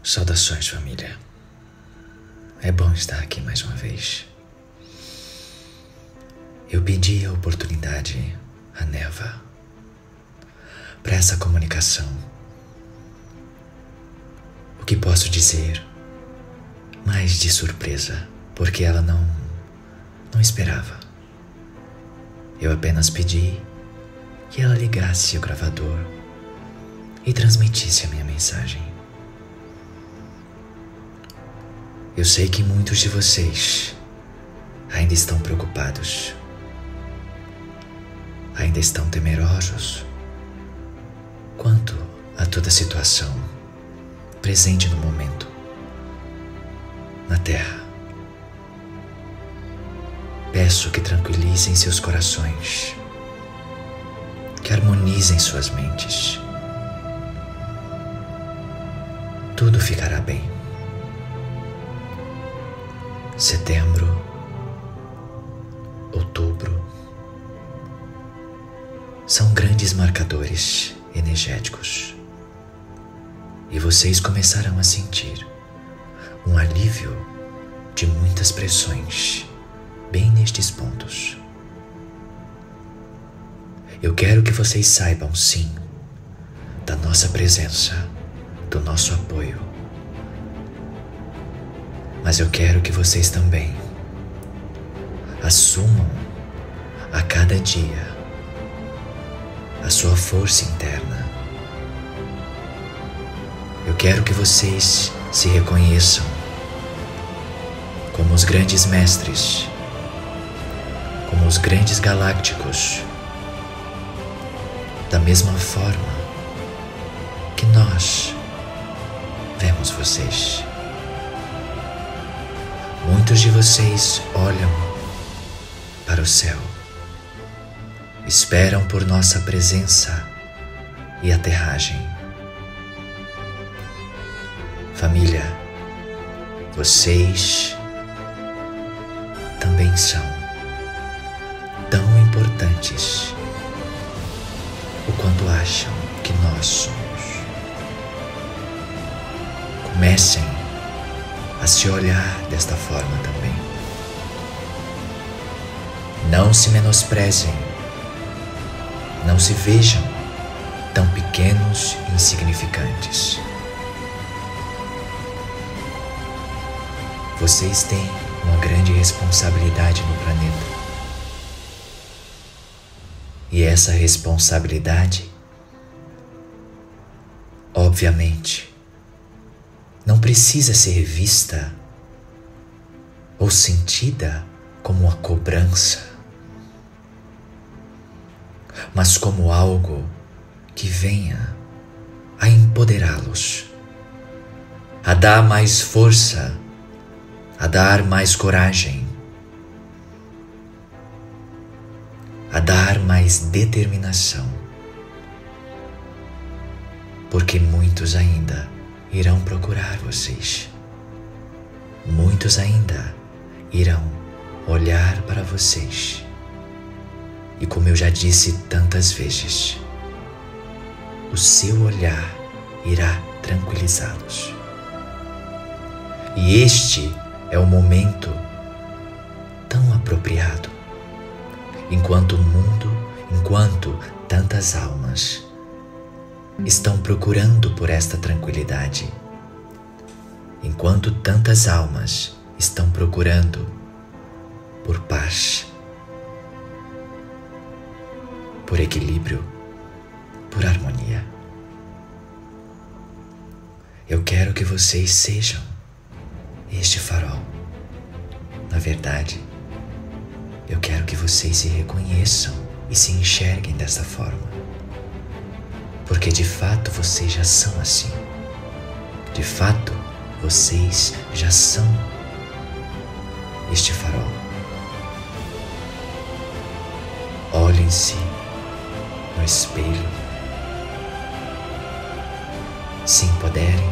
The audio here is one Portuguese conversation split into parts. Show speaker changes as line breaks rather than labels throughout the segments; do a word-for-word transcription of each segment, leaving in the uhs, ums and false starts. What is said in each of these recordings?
Saudações, família. É bom estar aqui mais uma vez. Eu pedi a oportunidade à Neva para essa comunicação. O que posso dizer, mais de surpresa, porque ela não, não esperava. Eu apenas pedi que ela ligasse o gravador e transmitisse a minha mensagem. Eu sei que muitos de vocês ainda estão preocupados, ainda estão temerosos quanto a toda a situação presente no momento na Terra. Peço que tranquilizem seus corações, que harmonizem suas mentes. Tudo ficará bem. Setembro, outubro, são grandes marcadores energéticos e vocês começarão a sentir um alívio de muitas pressões bem nestes pontos. Eu quero que vocês saibam, sim, da nossa presença, do nosso apoio. Mas eu quero que vocês também assumam a cada dia a sua força interna. Eu quero que vocês se reconheçam como os grandes mestres, como os grandes galácticos, da mesma forma que nós vemos vocês. Muitos de vocês olham para o céu, esperam por nossa presença e aterragem. Família, vocês também são tão importantes o quanto acham que nós somos. Comecem a se olhar desta forma também. Não se menosprezem, não se vejam tão pequenos e insignificantes. Vocês têm uma grande responsabilidade no planeta. E essa responsabilidade, obviamente, não precisa ser vista ou sentida como uma cobrança, mas como algo que venha a empoderá-los, a dar mais força, a dar mais coragem, a dar mais determinação, porque muitos ainda irão procurar vocês. Muitos ainda irão olhar para vocês. E como eu já disse tantas vezes, o seu olhar irá tranquilizá-los. E este é o momento tão apropriado, enquanto o mundo, enquanto tantas almas estão procurando por esta tranquilidade, enquanto tantas almas estão procurando por paz, por equilíbrio, por harmonia. Eu quero que vocês sejam este farol. Na verdade, eu quero que vocês se reconheçam e se enxerguem dessa forma. Porque de fato vocês já são assim. De fato, vocês já são este farol. Olhem-se no espelho, se empoderem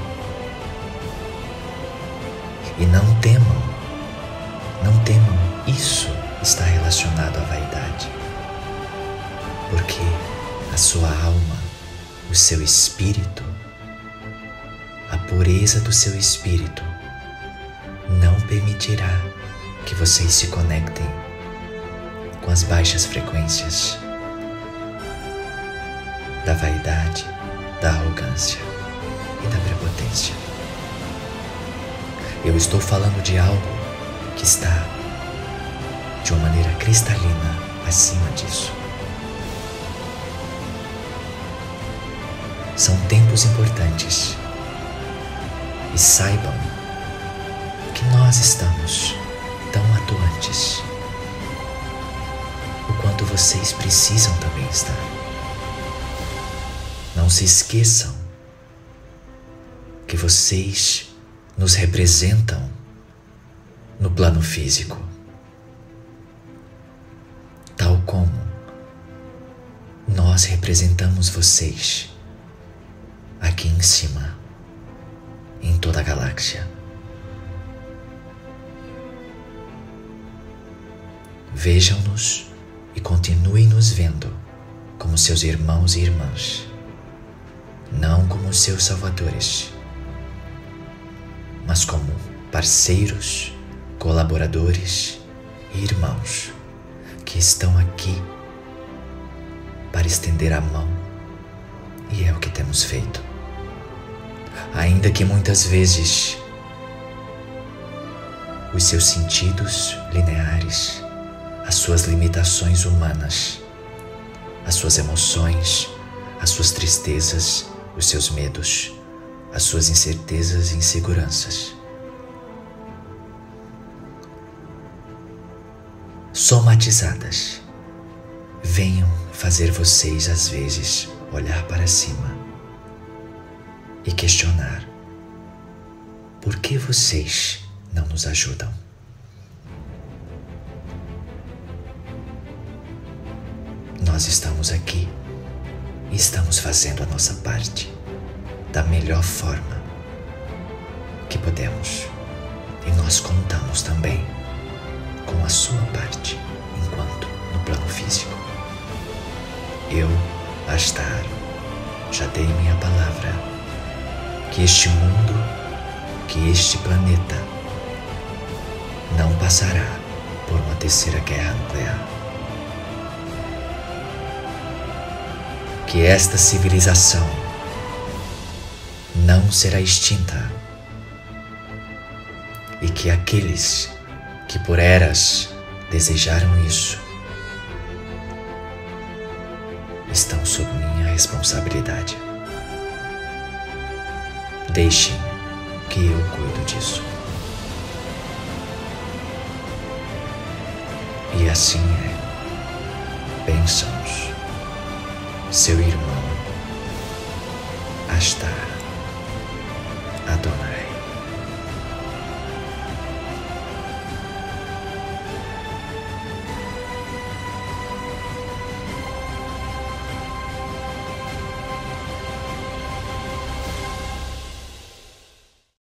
e não temam, não temam. Isso está relacionado à vaidade, porque a sua alma, o seu espírito, a pureza do seu espírito não permitirá que vocês se conectem com as baixas frequências da vaidade, da arrogância e da prepotência. Eu estou falando de algo que está de uma maneira cristalina acima disso. São tempos importantes e saibam que nós estamos tão atuantes o quanto vocês precisam também estar. Não se esqueçam que vocês nos representam no plano físico, tal como nós representamos vocês aqui em cima, em toda a galáxia. Vejam-nos e continuem nos vendo como seus irmãos e irmãs, não como seus salvadores, mas como parceiros, colaboradores e irmãos que estão aqui para estender a mão, e é o que temos feito. Ainda que muitas vezes os seus sentidos lineares, as suas limitações humanas, as suas emoções, as suas tristezas, os seus medos, as suas incertezas e inseguranças somatizadas venham fazer vocês às vezes olhar para cima e questionar por que vocês não nos ajudam. Nós estamos aqui e estamos fazendo a nossa parte da melhor forma que podemos, e nós contamos também com a sua parte enquanto no plano físico. Eu, Astar, já dei minha palavra que este mundo, que este planeta não passará por uma terceira guerra nuclear. Que esta civilização não será extinta e que aqueles que por eras desejaram isso estão sob minha responsabilidade. Deixem que eu cuido disso. E assim é. Bênçãos, seu irmão Astar.